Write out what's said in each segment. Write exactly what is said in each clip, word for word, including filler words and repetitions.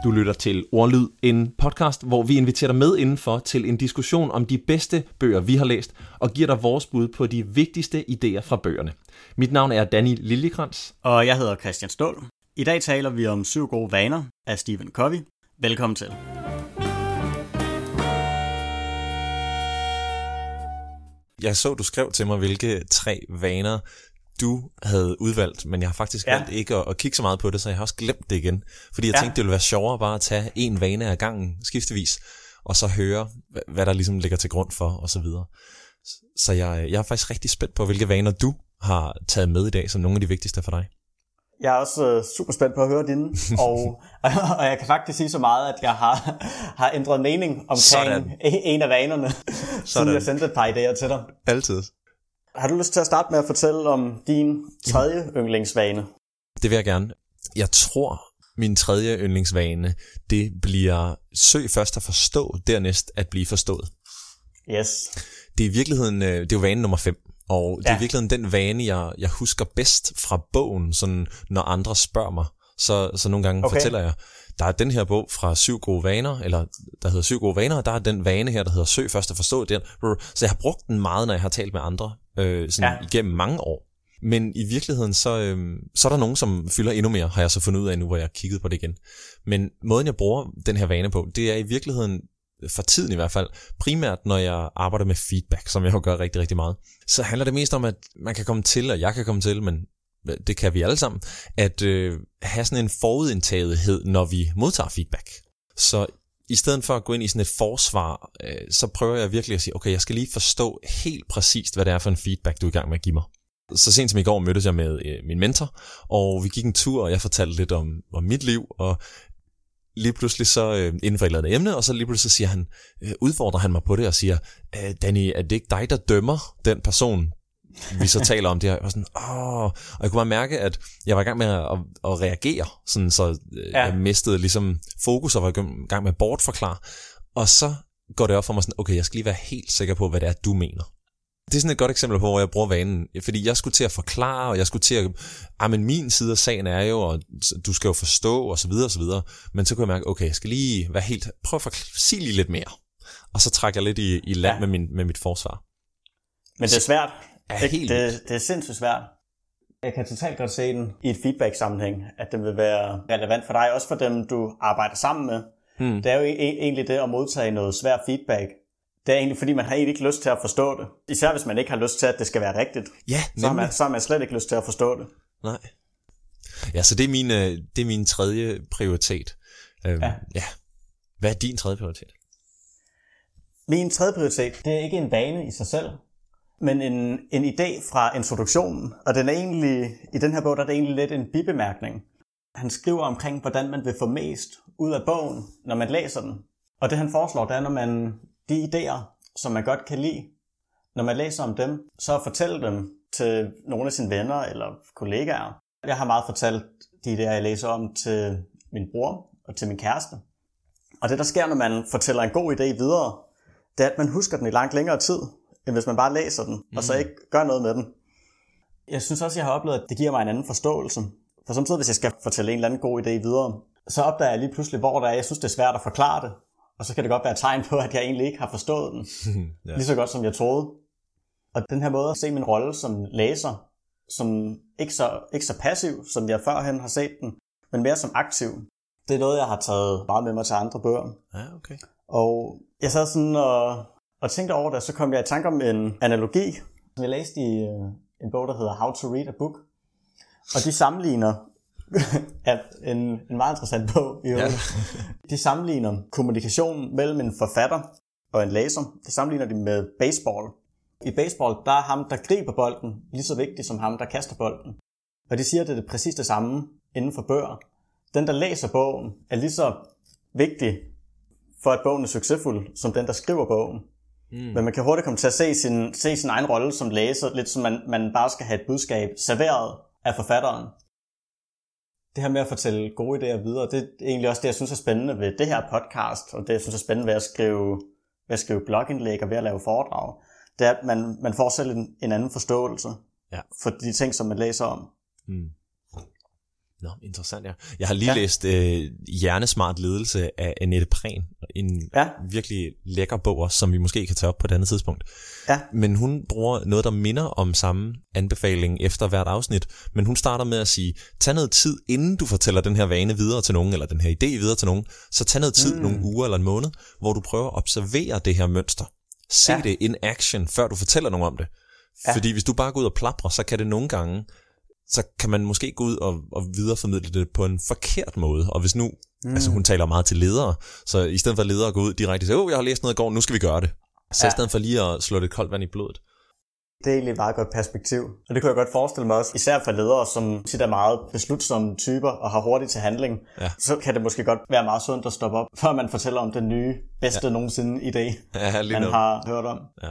Du lytter til Ordlyd, en podcast, hvor vi inviterer dig med indenfor til en diskussion om de bedste bøger, vi har læst, og giver dig vores bud på de vigtigste idéer fra bøgerne. Mit navn er Danny Liljekrantz. Og jeg hedder Christian Ståhl. I dag taler vi om Syv gode vaner af Stephen Covey. Velkommen til. Jeg så, du skrev til mig, hvilke tre vaner du havde udvalgt, men jeg har faktisk ja. valgt ikke at, at kigge så meget på det, så jeg har også glemt det igen. Fordi jeg ja. tænkte, det ville være sjovere bare at tage en vane ad gangen skiftevis, og så høre, hvad der ligesom ligger til grund for, og så videre. Så jeg, jeg er faktisk rigtig spændt på, hvilke vaner du har taget med i dag, som nogle af de vigtigste for dig. Jeg er også uh, super spændt på at høre dine, og, og jeg kan faktisk sige så meget, at jeg har, har ændret mening omkring Sådan. en af vanerne, siden jeg sendte et par idéer til dig. Altid. Har du lyst til at starte med at fortælle om din tredje yndlingsvane? Det vil jeg gerne. Jeg tror, min tredje yndlingsvane, det bliver søg først at forstå, dernæst at blive forstået. Yes. Det er i virkeligheden, det er jo vane nummer fem. Og det er ja. i virkeligheden den vane, jeg, jeg husker bedst fra bogen, sådan når andre spørger mig, så, så nogle gange okay. fortæller jeg, der er den her bog fra Syv gode vaner, eller der hedder Syv gode vaner, og der er den vane her, der hedder Søg først at forstå den. Så jeg har brugt den meget, når jeg har talt med andre, øh, sådan ja. igennem mange år. Men i virkeligheden, så, øh, så er der nogen, som fylder endnu mere, har jeg så fundet ud af nu, hvor jeg har kigget på det igen. Men måden, jeg bruger den her vane på, det er i virkeligheden, for tiden i hvert fald, primært når jeg arbejder med feedback, som jeg jo gør rigtig, rigtig meget, så handler det mest om, at man kan komme til, og jeg kan komme til, men det kan vi alle sammen, at øh, have sådan en forudindtagethed, når vi modtager feedback. Så i stedet for at gå ind i sådan et forsvar, øh, så prøver jeg virkelig at sige, okay, jeg skal lige forstå helt præcist, hvad det er for en feedback, du er i gang med at give mig. Så sent som i går mødtes jeg med øh, min mentor, og vi gik en tur, og jeg fortalte lidt om, om mit liv, og lige pludselig så, øh, inden for et eller andet emne, og så lige pludselig siger han, øh, udfordrer han mig på det og siger, øh, Danny, er det ikke dig, der dømmer den person, vi så taler om det her? Jeg var sådan, åh, og jeg kunne bare mærke, at jeg var i gang med at, at, at reagere, sådan så øh, ja. jeg mistede ligesom fokus og var i gang med at bortforklare, og så går det op for mig sådan, okay, jeg skal lige være helt sikker på, hvad det er, du mener. Det er sådan et godt eksempel på, hvor jeg bruger vanen, fordi jeg skulle til at forklare, og jeg skulle til at, ah, men min side af sagen er jo, og du skal jo forstå, og så videre, og så videre, men så kunne jeg mærke, okay, jeg skal lige være helt, prøv at sige lige lidt mere, og så trækker jeg lidt i, i land ja. med, min, med mit forsvar. Men det er svært. Ja, det, helt det, det er sindssygt svært. Jeg kan totalt godt se den i et feedback-sammenhæng, at den vil være relevant for dig, også for dem, du arbejder sammen med. Hmm. Det er jo egentlig det at modtage noget svær feedback. Det er egentlig, fordi man har egentlig ikke lyst til at forstå det. Især hvis man ikke har lyst til, at det skal være rigtigt. Ja, så, har man, så har man slet ikke lyst til at forstå det. Nej. Ja, så det er min, det er min tredje prioritet. Øhm, ja. ja. Hvad er din tredje prioritet? Min tredje prioritet, det er ikke en vane i sig selv, men en, en idé fra introduktionen. Og den er egentlig, i den her bog, der er det egentlig lidt en bibemærkning. Han skriver omkring, hvordan man vil få mest ud af bogen, når man læser den. Og det han foreslår, det er, når man de idéer, som man godt kan lide, når man læser om dem, så fortælle dem til nogle af sine venner eller kollegaer. Jeg har meget fortalt de idéer, jeg læser om til min bror og til min kæreste. Og det, der sker, når man fortæller en god idé videre, det er, at man husker den i langt længere tid, end hvis man bare læser den, mm. og så ikke gør noget med den. Jeg synes også, jeg har oplevet, at det giver mig en anden forståelse. For samtidig, hvis jeg skal fortælle en eller anden god idé videre, så opdager jeg lige pludselig, hvor der er. Jeg synes, det er svært at forklare det. Og så kan det godt være et tegn på, at jeg egentlig ikke har forstået den. ja. Lige så godt, som jeg troede. Og den her måde at se min rolle som læser, som ikke så, ikke så passiv, som jeg førhen har set den, men mere som aktiv, det er noget, jeg har taget meget med mig til andre bøger. Ja, okay. Og jeg sad sådan og, og tænkte over det, så kom jeg i tanke om en analogi, som jeg læste i en bog, der hedder How to Read a Book. Og de sammenligner ja, en, en meget interessant bog i øvrigt. Ja. De sammenligner kommunikationen mellem en forfatter og en læser. De sammenligner de med baseball. I baseball, der er ham, der griber bolden, lige så vigtig som ham, der kaster bolden. Og de siger, at det er det præcis det samme inden for bøger. Den, der læser bogen, er lige så vigtig for, at bogen er succesfuld, som den, der skriver bogen. Mm. Men man kan hurtigt komme til at se sin, se sin egen rolle som læser, lidt som man, man bare skal have et budskab serveret af forfatteren. Det her med at fortælle gode idéer videre, det er egentlig også det, jeg synes er spændende ved det her podcast, og det, jeg synes er spændende ved at skrive, ved at skrive blogindlæg og ved at lave foredrag, det er, at man, man får selv en, en anden forståelse ja. for de ting, som man læser om. Mm. Nå, interessant, ja. Jeg har lige ja. læst øh, Hjernesmart Ledelse af Annette Prehn, en ja. virkelig lækker bog også, som vi måske kan tage op på et andet tidspunkt. Ja. Men hun bruger noget, der minder om samme anbefaling efter hvert afsnit, men hun starter med at sige, tag noget tid, inden du fortæller den her vane videre til nogen, eller den her idé videre til nogen, så tag noget tid, mm. nogle uger eller en måned, hvor du prøver at observere det her mønster. Se ja. det in action, før du fortæller nogen om det. Ja. Fordi hvis du bare går ud og plaprer, så kan det nogle gange, så kan man måske gå ud og, og videreformidle det på en forkert måde. Og hvis nu, mm. altså hun taler meget til ledere, så i stedet for at ledere gå ud direkte og sige, åh, jeg har læst noget i går, nu skal vi gøre det. Så ja. i stedet for lige at slå lidt koldt vand i blodet. Det er egentlig et meget godt perspektiv. Og det kunne jeg godt forestille mig også, især for ledere, som tit er meget beslutsomme typer og har hurtigt til handling. Ja. Så kan det måske godt være meget sundt at stoppe op, før man fortæller om den nye, bedste ja. nogensinde idé, ja, man nu. har hørt om. Ja.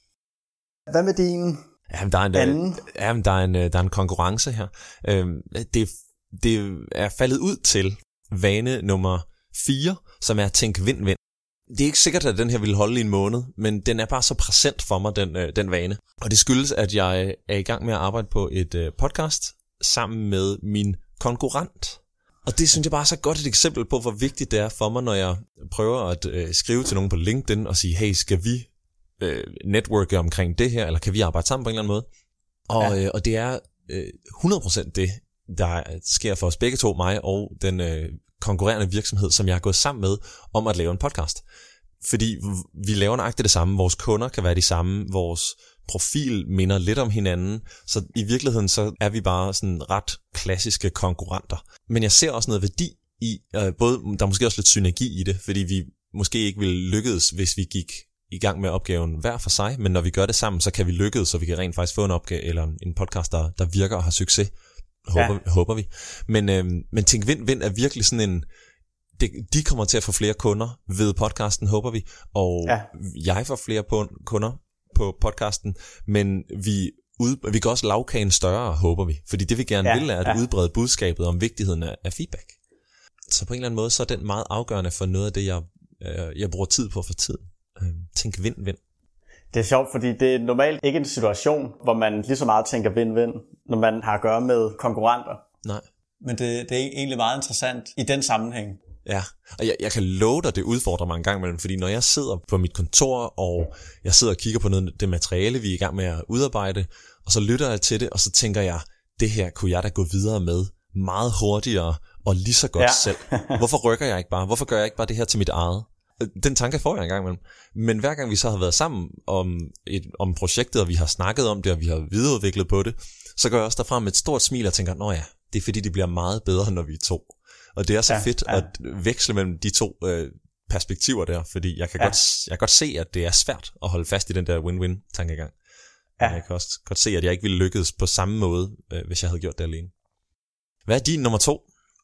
Hvad med din jamen, der er en, anden? Jamen, der er en, der er en konkurrence her. Øhm, det, det er faldet ud til vane nummer fire, som er at tænke vind-vind. Det er ikke sikkert, at den her vil holde i en måned, men den er bare så præsent for mig, den, øh, den vane. Og det skyldes, at jeg er i gang med at arbejde på et øh, podcast sammen med min konkurrent. Og det synes jeg bare er så godt et eksempel på, hvor vigtigt det er for mig, når jeg prøver at øh, skrive til nogen på LinkedIn og sige, hey, skal vi øh, networke omkring det her, eller kan vi arbejde sammen på en eller anden måde? Og, ja. øh, og det er øh, hundrede procent det, der sker for os begge to, mig og den øh, konkurrerende virksomhed, som jeg har gået sammen med om at lave en podcast. Fordi vi laver nøjagtigt det samme. Vores kunder kan være de samme. Vores profil minder lidt om hinanden. Så i virkeligheden så er vi bare sådan ret klassiske konkurrenter. Men jeg ser også noget værdi i, øh, både der er måske også lidt synergi i det, fordi vi måske ikke ville lykkes, hvis vi gik i gang med opgaven hver for sig. Men når vi gør det sammen, så kan vi lykkes, så vi kan rent faktisk få en opgave eller en podcast, der, der virker og har succes. Håber, ja. håber vi. Men, øh, men tænk vind-vind er virkelig sådan en, det, de kommer til at få flere kunder ved podcasten, håber vi, og ja. jeg får flere på, kunder på podcasten, men vi, ud, vi kan også lave kagen større, håber vi, fordi det vi gerne ja. vil er at ja. udbrede budskabet om vigtigheden af, af feedback. Så på en eller anden måde, så er den meget afgørende for noget af det, jeg, øh, jeg bruger tid på for tid. Øh, tænk vind-vind. Det er sjovt, fordi det er normalt ikke en situation, hvor man lige så meget tænker vind-vind, når man har at gøre med konkurrenter. Nej. Men det, det er egentlig meget interessant i den sammenhæng. Ja, og jeg, jeg kan love dig, det udfordrer mig en gang imellem, fordi når jeg sidder på mit kontor, og jeg sidder og kigger på noget, det materiale, vi er i gang med at udarbejde, og så lytter jeg til det, og så tænker jeg, det her kunne jeg da gå videre med meget hurtigere og lige så godt ja. selv. Hvorfor rykker jeg ikke bare? Hvorfor gør jeg ikke bare det her til mit eget? Den tanke får jeg en gang imellem. Men hver gang vi så har været sammen om, et, om projektet, og vi har snakket om det, og vi har videreudviklet på det, så går jeg også derfra med et stort smil og tænker, nå ja, det er fordi, det bliver meget bedre, når vi er to. Og det er så ja, fedt ja. at veksle mellem de to øh, perspektiver der, fordi jeg kan, ja. godt, jeg kan godt se, at det er svært at holde fast i den der win-win-tankegang. Ja. Jeg kan også godt se, at jeg ikke ville lykkes på samme måde, øh, hvis jeg havde gjort det alene. Hvad er din nummer to?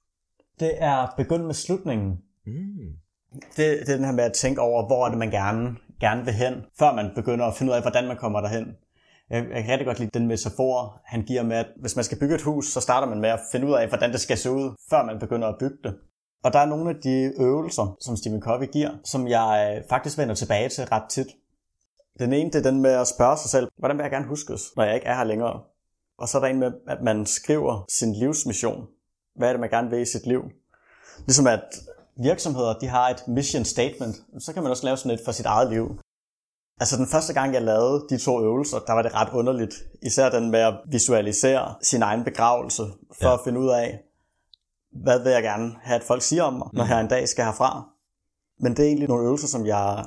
Det er begyndt med slutningen. Mm. Det, det er den her med at tænke over, hvor er det, man gerne, gerne vil hen, før man begynder at finde ud af, hvordan man kommer derhen. Jeg, jeg kan rigtig godt lide den metafor, han giver med, at hvis man skal bygge et hus, så starter man med at finde ud af, hvordan det skal se ud, før man begynder at bygge det. Og der er nogle af de øvelser, som Stephen Covey giver, som jeg faktisk vender tilbage til ret tit. Den ene, det er den med at spørge sig selv, hvordan vil jeg gerne huskes, når jeg ikke er her længere? Og så er der en med, at man skriver sin livsmission. Hvad er det, man gerne vil i sit liv? Ligesom at virksomheder, de har et mission statement, så kan man også lave sådan et for sit eget liv. Altså den første gang, jeg lavede de to øvelser, der var det ret underligt. Især den med at visualisere sin egen begravelse, for ja. at finde ud af, hvad vil jeg gerne have, at folk siger om mig, når jeg en dag skal herfra. Men det er egentlig nogle øvelser, som jeg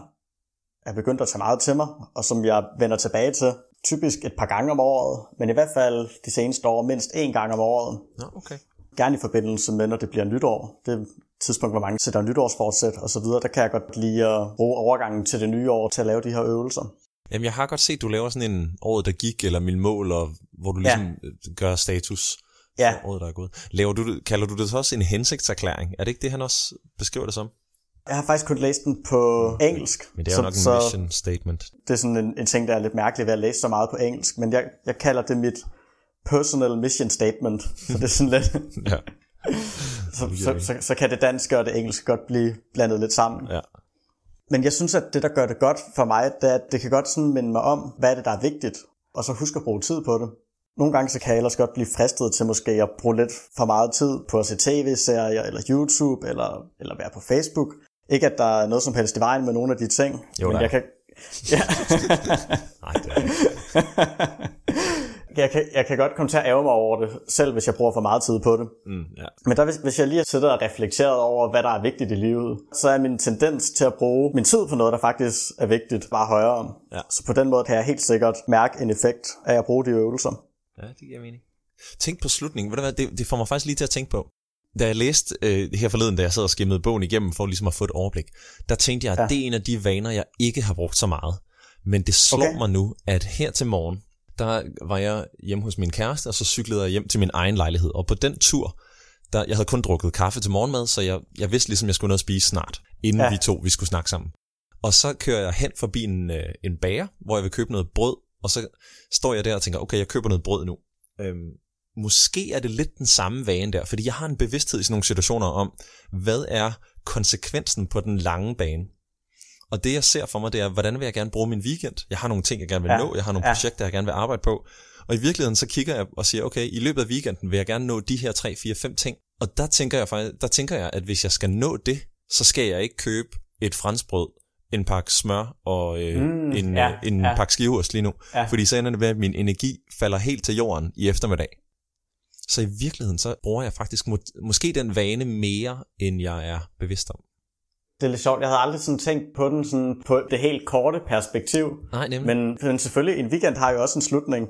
er begyndt at tage meget til mig, og som jeg vender tilbage til. Typisk et par gange om året, men i hvert fald de seneste år mindst én gang om året. Ja, okay. Gerne i forbindelse med, når det bliver nytår. Det er tidspunkt, hvor mange sætter nytårsfortsæt og så videre. Der kan jeg godt lide at bruge overgangen til det nye år til at lave de her øvelser. Jamen, jeg har godt set, at du laver sådan en året, der gik, eller mine mål, og hvor du ligesom ja. gør status for ja. året, der er gået. Laver du, kalder du det så også en hensigtserklæring? Er det ikke det, han også beskriver det som? Jeg har faktisk kun læst den på engelsk. Men det er jo så, nok en mission statement. Det er sådan en, en ting, der er lidt mærkelig ved at læse så meget på engelsk. Men jeg, jeg kalder det mit personal mission statement. Så det er sådan lidt... ja. så, så, så, så kan det danske og det engelske godt blive blandet lidt sammen. Ja. Men jeg synes, at det, der gør det godt for mig, det er, at det kan godt sådan minde mig om, hvad er det, der er vigtigt. Og så husk at bruge tid på det. Nogle gange så kan jeg ellers godt blive fristet til måske at bruge lidt for meget tid på at se tv-serier, eller YouTube, eller, eller være på Facebook. Ikke at der er noget som helst i vejen med nogle af de ting, jo, men jeg kan... Ja. Nej, det er ikke. Jeg kan, jeg kan godt komme til at ærge mig over det, selv hvis jeg bruger for meget tid på det. Mm, ja. Men der, hvis, hvis jeg lige har siddet og reflekteret over, hvad der er vigtigt i livet, så er min tendens til at bruge min tid på noget, der faktisk er vigtigt, bare højere. Ja. Så på den måde kan jeg helt sikkert mærke en effekt af at bruge de øvelser. Ja, det giver mening. Tænk på slutningen. Ved du hvad, det, det får mig faktisk lige til at tænke på. Da jeg læste øh, her forleden, da jeg sad og skimmede bogen igennem, for ligesom at få et overblik, der tænkte jeg, at ja. det er en af de vaner, jeg ikke har brugt så meget. Men det slår okay. mig nu, at her til morgen, der var jeg hjemme hos min kæreste, og så cyklede jeg hjem til min egen lejlighed. Og på den tur, der, jeg havde kun drukket kaffe til morgenmad, så jeg, jeg vidste ligesom, jeg skulle noget at spise snart, inden ja. vi to vi skulle snakke sammen. Og så kører jeg hen forbi en, en bager, hvor jeg vil købe noget brød, og så står jeg der og tænker, okay, jeg køber noget brød nu. Øhm, måske er det lidt den samme vane der, fordi jeg har en bevidsthed i sådan nogle situationer om, hvad er konsekvensen på den lange bane. Og det jeg ser for mig, det er, hvordan vil jeg gerne bruge min weekend? Jeg har nogle ting, jeg gerne vil ja. nå, jeg har nogle ja. projekter, jeg gerne vil arbejde på. Og i virkeligheden så kigger jeg og siger, okay, i løbet af weekenden vil jeg gerne nå de her tre, fire, fem ting. Og der tænker jeg faktisk, der tænker jeg, at hvis jeg skal nå det, så skal jeg ikke købe et franskbrød, en pakke smør og øh, mm, en, ja, en ja. pakke skiveost lige nu. Ja. Fordi så ender det med, at min energi falder helt til jorden i eftermiddag. Så i virkeligheden, så bruger jeg faktisk må, måske den vane mere, end jeg er bevidst om. Det er lidt sjovt. Jeg havde aldrig sådan tænkt på den sådan på det helt korte perspektiv. Nej, nemlig. Men, men selvfølgelig, en weekend har jo også en slutning.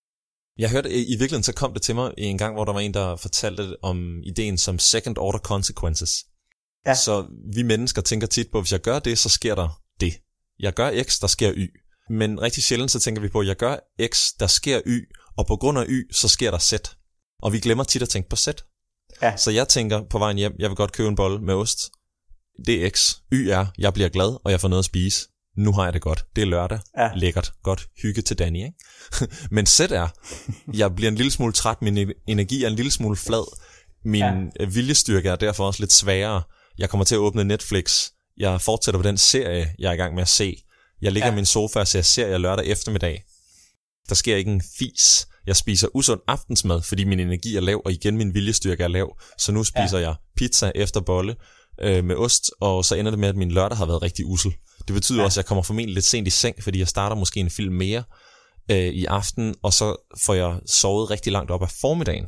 Jeg hørte, i virkeligheden så kom det til mig en gang, hvor der var en, der fortalte om ideen som second order consequences. Ja. Så vi mennesker tænker tit på, hvis jeg gør det, så sker der det. Jeg gør X, der sker Y. Men rigtig sjældent så tænker vi på, at jeg gør X, der sker Y, og på grund af Y, så sker der Z. Og vi glemmer tit at tænke på Z. Ja. Så jeg tænker på vejen hjem, jeg vil godt købe en bolle med ost. Det er X. Y er, jeg bliver glad, og jeg får noget at spise. Nu har jeg det godt. Det er lørdag. Ja. Lækkert. Godt. Hygge til Danny, ikke? Men Z er, jeg bliver en lille smule træt, min energi er en lille smule flad. Min ja. viljestyrke er derfor også lidt sværere. Jeg kommer til at åbne Netflix. Jeg fortsætter på den serie, jeg er i gang med at se. Jeg ligger ja. i min sofa og ser serier lørdag eftermiddag. Der sker ikke en fis. Jeg spiser usund aftensmad, fordi min energi er lav, og igen min viljestyrke er lav. Så nu spiser ja. jeg pizza efter bolle øh, med ost, og så ender det med, at min lørdag har været rigtig usel. Det betyder ja. også, at jeg kommer formentlig lidt sent i seng, fordi jeg starter måske en film mere øh, i aften, og så får jeg sovet rigtig langt op af formiddagen.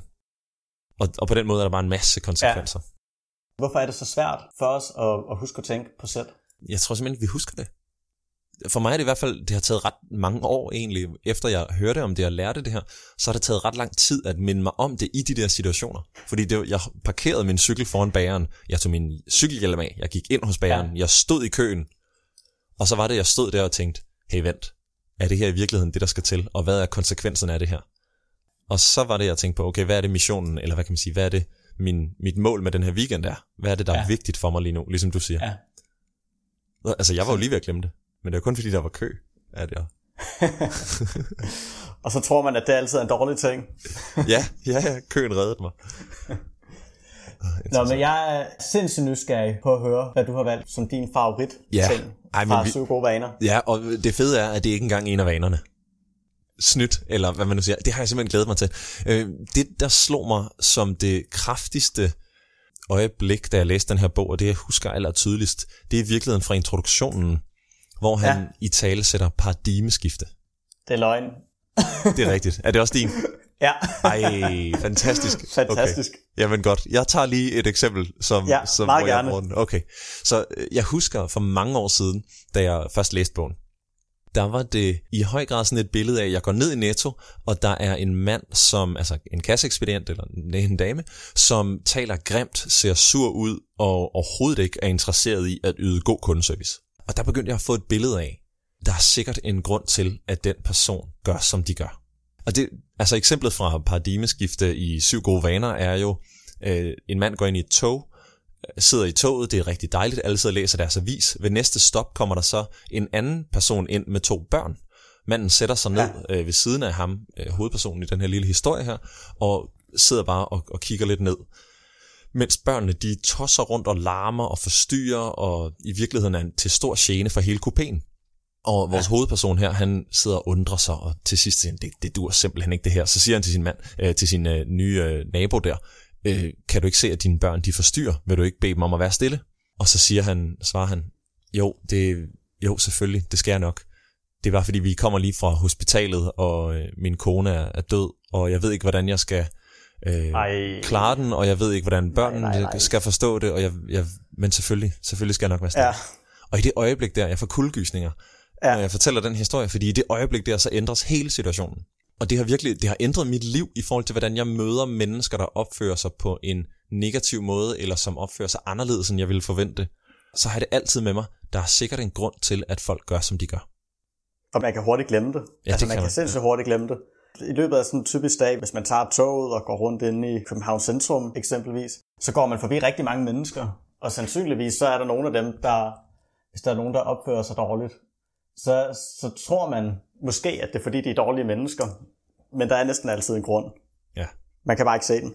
Og, og på den måde er der bare en masse konsekvenser. Ja. Hvorfor er det så svært for os at, at huske at tænke på selv? Jeg tror simpelthen, at vi husker det. For mig er det i hvert fald, det har taget ret mange år egentlig, efter jeg hørte om det og lærte det her, så har det taget ret lang tid at minde mig om det i de der situationer. Fordi det, jeg parkerede min cykel foran bageren, jeg tog min cykelhjelm af, jeg gik ind hos bageren, ja. jeg stod i køen, og så var det, jeg stod der og tænkte, hey vent, er det her i virkeligheden det, der skal til, og hvad er konsekvensen af det her? Og så var det, jeg tænkte på, okay, hvad er det missionen, eller hvad kan man sige, hvad er det min, mit mål med den her weekend er? Hvad er det, der ja. er vigtigt for mig lige nu, ligesom du siger? Ja. Altså, jeg var jo lige ved at glemme det. Men det er kun fordi, der var kø, er det jo. Og så tror man, at det altid er en dårlig ting. ja, ja, ja, køen reddede mig. Nå, men jeg er sindssygt nysgerrig på at høre, hvad du har valgt som din favorit ja. ting Ej, fra vi... syv gode vaner. Ja, og det fede er, at det ikke engang er en af vanerne. Snydt, eller hvad man nu siger. Det har jeg simpelthen glædet mig til. Det, der slog mig som det kraftigste øjeblik, da jeg læste den her bog, og det jeg husker aller tydeligst, det er i virkeligheden fra introduktionen, hvor han ja. i tale sætter paradigmeskifte. Det er løgn. Det er rigtigt. Er det også din? Ja. Ej, fantastisk. Fantastisk. Okay. Jamen godt. Jeg tager lige et eksempel, som, ja, som meget hvor jeg gerne. bruger den. Okay. Så jeg husker for mange år siden, da jeg først læste bogen, der var det i høj grad sådan et billede af, at jeg går ned i Netto, og der er en mand, som, altså en kasseekspedient eller en dame, som taler grimt, ser sur ud og overhovedet ikke er interesseret i at yde god kundeservice. Og der begyndte jeg at få et billede af, der er sikkert en grund til, at den person gør, som de gør. Og det, altså eksemplet fra paradigmeskifte i syv gode vaner er jo, øh, en mand går ind i et tog, sidder i toget, det er rigtig dejligt, alle sidder og læser deres avis. Ved næste stop kommer der så en anden person ind med to børn. Manden sætter sig ned ja. øh, ved siden af ham, øh, hovedpersonen i den her lille historie her, og sidder bare og, og kigger lidt ned. Mens børnene, de tosser rundt og larmer og forstyrrer, og i virkeligheden er til stor gene for hele kupéen. Og vores ja. hovedperson her, han sidder og undrer sig, og til sidst siger han, det, det dur simpelthen ikke det her. Så siger han til sin mand, øh, til sin øh, nye øh, nabo der, øh, kan du ikke se, at dine børn de forstyrrer? Vil du ikke bede dem om at være stille? Og så siger han, svarer han, jo, det, jo selvfølgelig, det skal jeg nok. Det var fordi, vi kommer lige fra hospitalet, og øh, min kone er, er død, og jeg ved ikke, hvordan jeg skal øh, klare den, og jeg ved ikke, hvordan børnene nej, nej, nej. skal forstå det, og jeg, jeg, men selvfølgelig, selvfølgelig skal jeg nok være stille. Ja. Og i det øjeblik der, jeg får kuldegysninger, ja. når jeg fortæller den historie, fordi i det øjeblik der, så ændres hele situationen. Og det har virkelig, det har ændret mit liv i forhold til, hvordan jeg møder mennesker, der opfører sig på en negativ måde, eller som opfører sig anderledes, end jeg ville forvente. Så har jeg det altid med mig, der er sikkert en grund til, at folk gør, som de gør. Og man kan hurtigt glemme det. Ja, altså det man kan, kan sindssygt hurtigt glemme det. I løbet af sådan en typisk dag, hvis man tager toget og går rundt inde i Københavns centrum eksempelvis, så går man forbi rigtig mange mennesker. Og sandsynligvis så er der nogle af dem, der, hvis der er nogen, der opfører sig dårligt, så, så tror man måske, at det er fordi, de er dårlige mennesker. Men der er næsten altid en grund. Ja. Man kan bare ikke se den.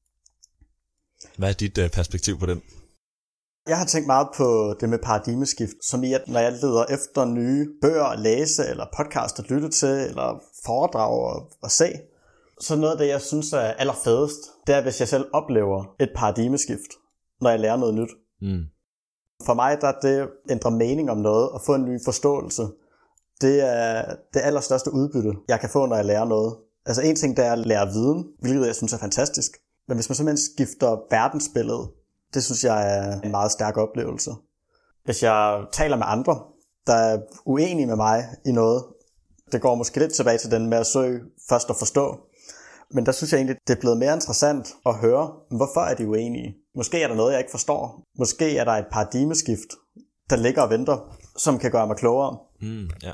Hvad er dit uh, perspektiv på den? Jeg har tænkt meget på det med paradigmeskift, som i at når jeg leder efter nye bøger at læse, eller podcast at lytte til, eller foredrag at, at se, så noget af det, jeg synes er allerfedest, det er, hvis jeg selv oplever et paradigmeskift, når jeg lærer noget nyt. Mm. For mig der er det at ændre mening om noget og få en ny forståelse, det er det allerstørste udbytte, jeg kan få, når jeg lærer noget. Altså en ting, det er at lære viden, hvilket jeg synes er fantastisk. Men hvis man simpelthen skifter verdensbillede, det synes jeg er en meget stærk oplevelse. Hvis jeg taler med andre, der er uenige med mig i noget, det går måske lidt tilbage til den med at søge først at forstå. Men der synes jeg egentlig, det er blevet mere interessant at høre, hvorfor er de uenige? Måske er der noget, jeg ikke forstår. Måske er der et paradigmeskift, der ligger og venter, som kan gøre mig klogere. Mm, ja.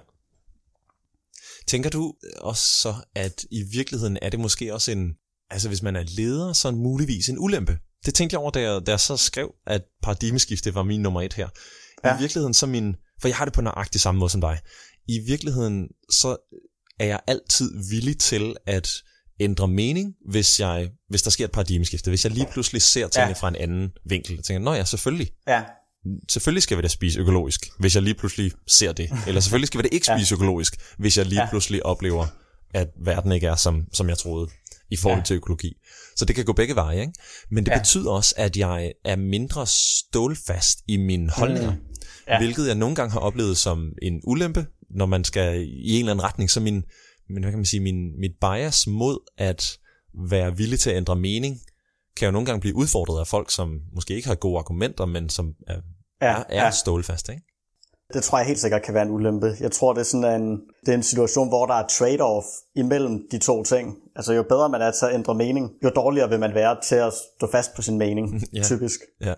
Tænker du også så, at i virkeligheden er det måske også en, altså hvis man er leder, så er det muligvis en ulempe? Det tænkte jeg over, da jeg, da jeg så skrev, at paradigmeskifte var min nummer et her. Ja. I virkeligheden så min, for jeg har det på nøjagtig samme måde som dig. I virkeligheden så er jeg altid villig til at ændre mening, hvis, jeg, hvis der sker et paradigmeskifte. Hvis jeg lige pludselig ser tingene ja. fra en anden vinkel. Jeg tænker, nå ja, selvfølgelig. Ja. Selvfølgelig skal vi da spise økologisk, hvis jeg lige pludselig ser det. Eller selvfølgelig skal vi da ikke spise ja. økologisk, hvis jeg lige ja. pludselig oplever, at verden ikke er, som, som jeg troede, i forhold ja. til økologi. Så det kan gå begge veje, ikke? Men det ja. betyder også, at jeg er mindre stålfast i mine holdninger. Mm. Ja. Hvilket jeg nogle gange har oplevet som en ulempe, når man skal i en eller anden retning. Så min, min, hvad kan man sige, min, mit bias mod at være villig til at ændre mening, kan jo nogle gange blive udfordret af folk, som måske ikke har gode argumenter, men som er, ja, er, er ja. stålfaste, ikke? Det tror jeg helt sikkert kan være en ulempe. Jeg tror, det er sådan en, det er en situation, hvor der er trade-off imellem de to ting. Altså jo bedre man er til at ændre mening, jo dårligere vil man være til at stå fast på sin mening, ja. typisk. Ja.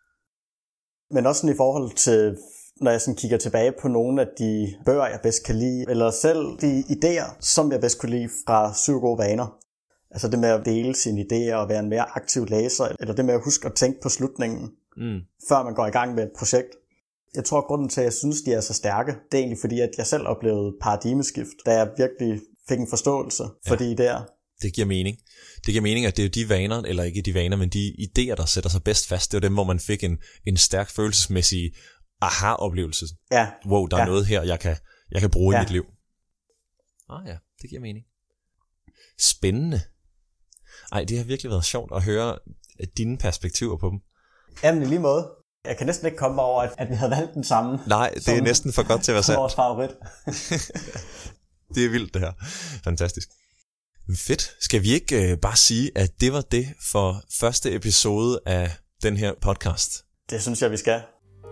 Men også sådan i forhold til, når jeg sådan kigger tilbage på nogle af de bøger, jeg bedst kan lide, eller selv de idéer, som jeg bedst kunne lide fra Syv Gode Vaner. Altså det med at dele sine idéer og være en mere aktiv læser, eller det med at huske at tænke på slutningen, mm. før man går i gang med et projekt. Jeg tror, at grunden til, at jeg synes, de er så stærke, det er egentlig fordi, at jeg selv oplevede paradigmeskift, da jeg virkelig fik en forståelse for ja. de idéer. Det giver mening. Det giver mening, at det er jo de vaner, eller ikke de vaner, men de idéer, der sætter sig bedst fast. Det er jo dem, hvor man fik en, en stærk følelsesmæssig aha-oplevelse. Ja. Wow, der er ja. noget her, jeg kan, jeg kan bruge ja. i mit liv. Ah ja, det giver mening. Spændende. Ej, det har virkelig været sjovt at høre dine perspektiver på dem. Jamen i lige måde. Jeg kan næsten ikke komme over, at, at vi havde valgt den samme. Nej, det er næsten for godt til at være sandt. Vores favorit. Det er vildt det her. Fantastisk. Fedt. Skal vi ikke øh, bare sige, at det var det for første episode af den her podcast? Det synes jeg, vi skal.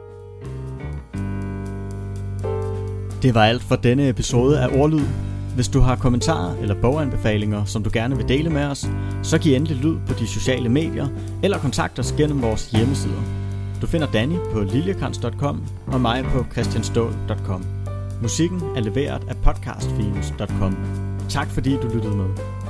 Det var alt for denne episode af Ordlyd. Hvis du har kommentarer eller boganbefalinger, som du gerne vil dele med os, så giv endelig lyd på de sociale medier, eller kontakt os gennem vores hjemmesider. Du finder Danny på liljekrans punktum com og mig på christianstål punktum com. Musikken er leveret af podcastfilms punktum com. Tak fordi du lyttede med.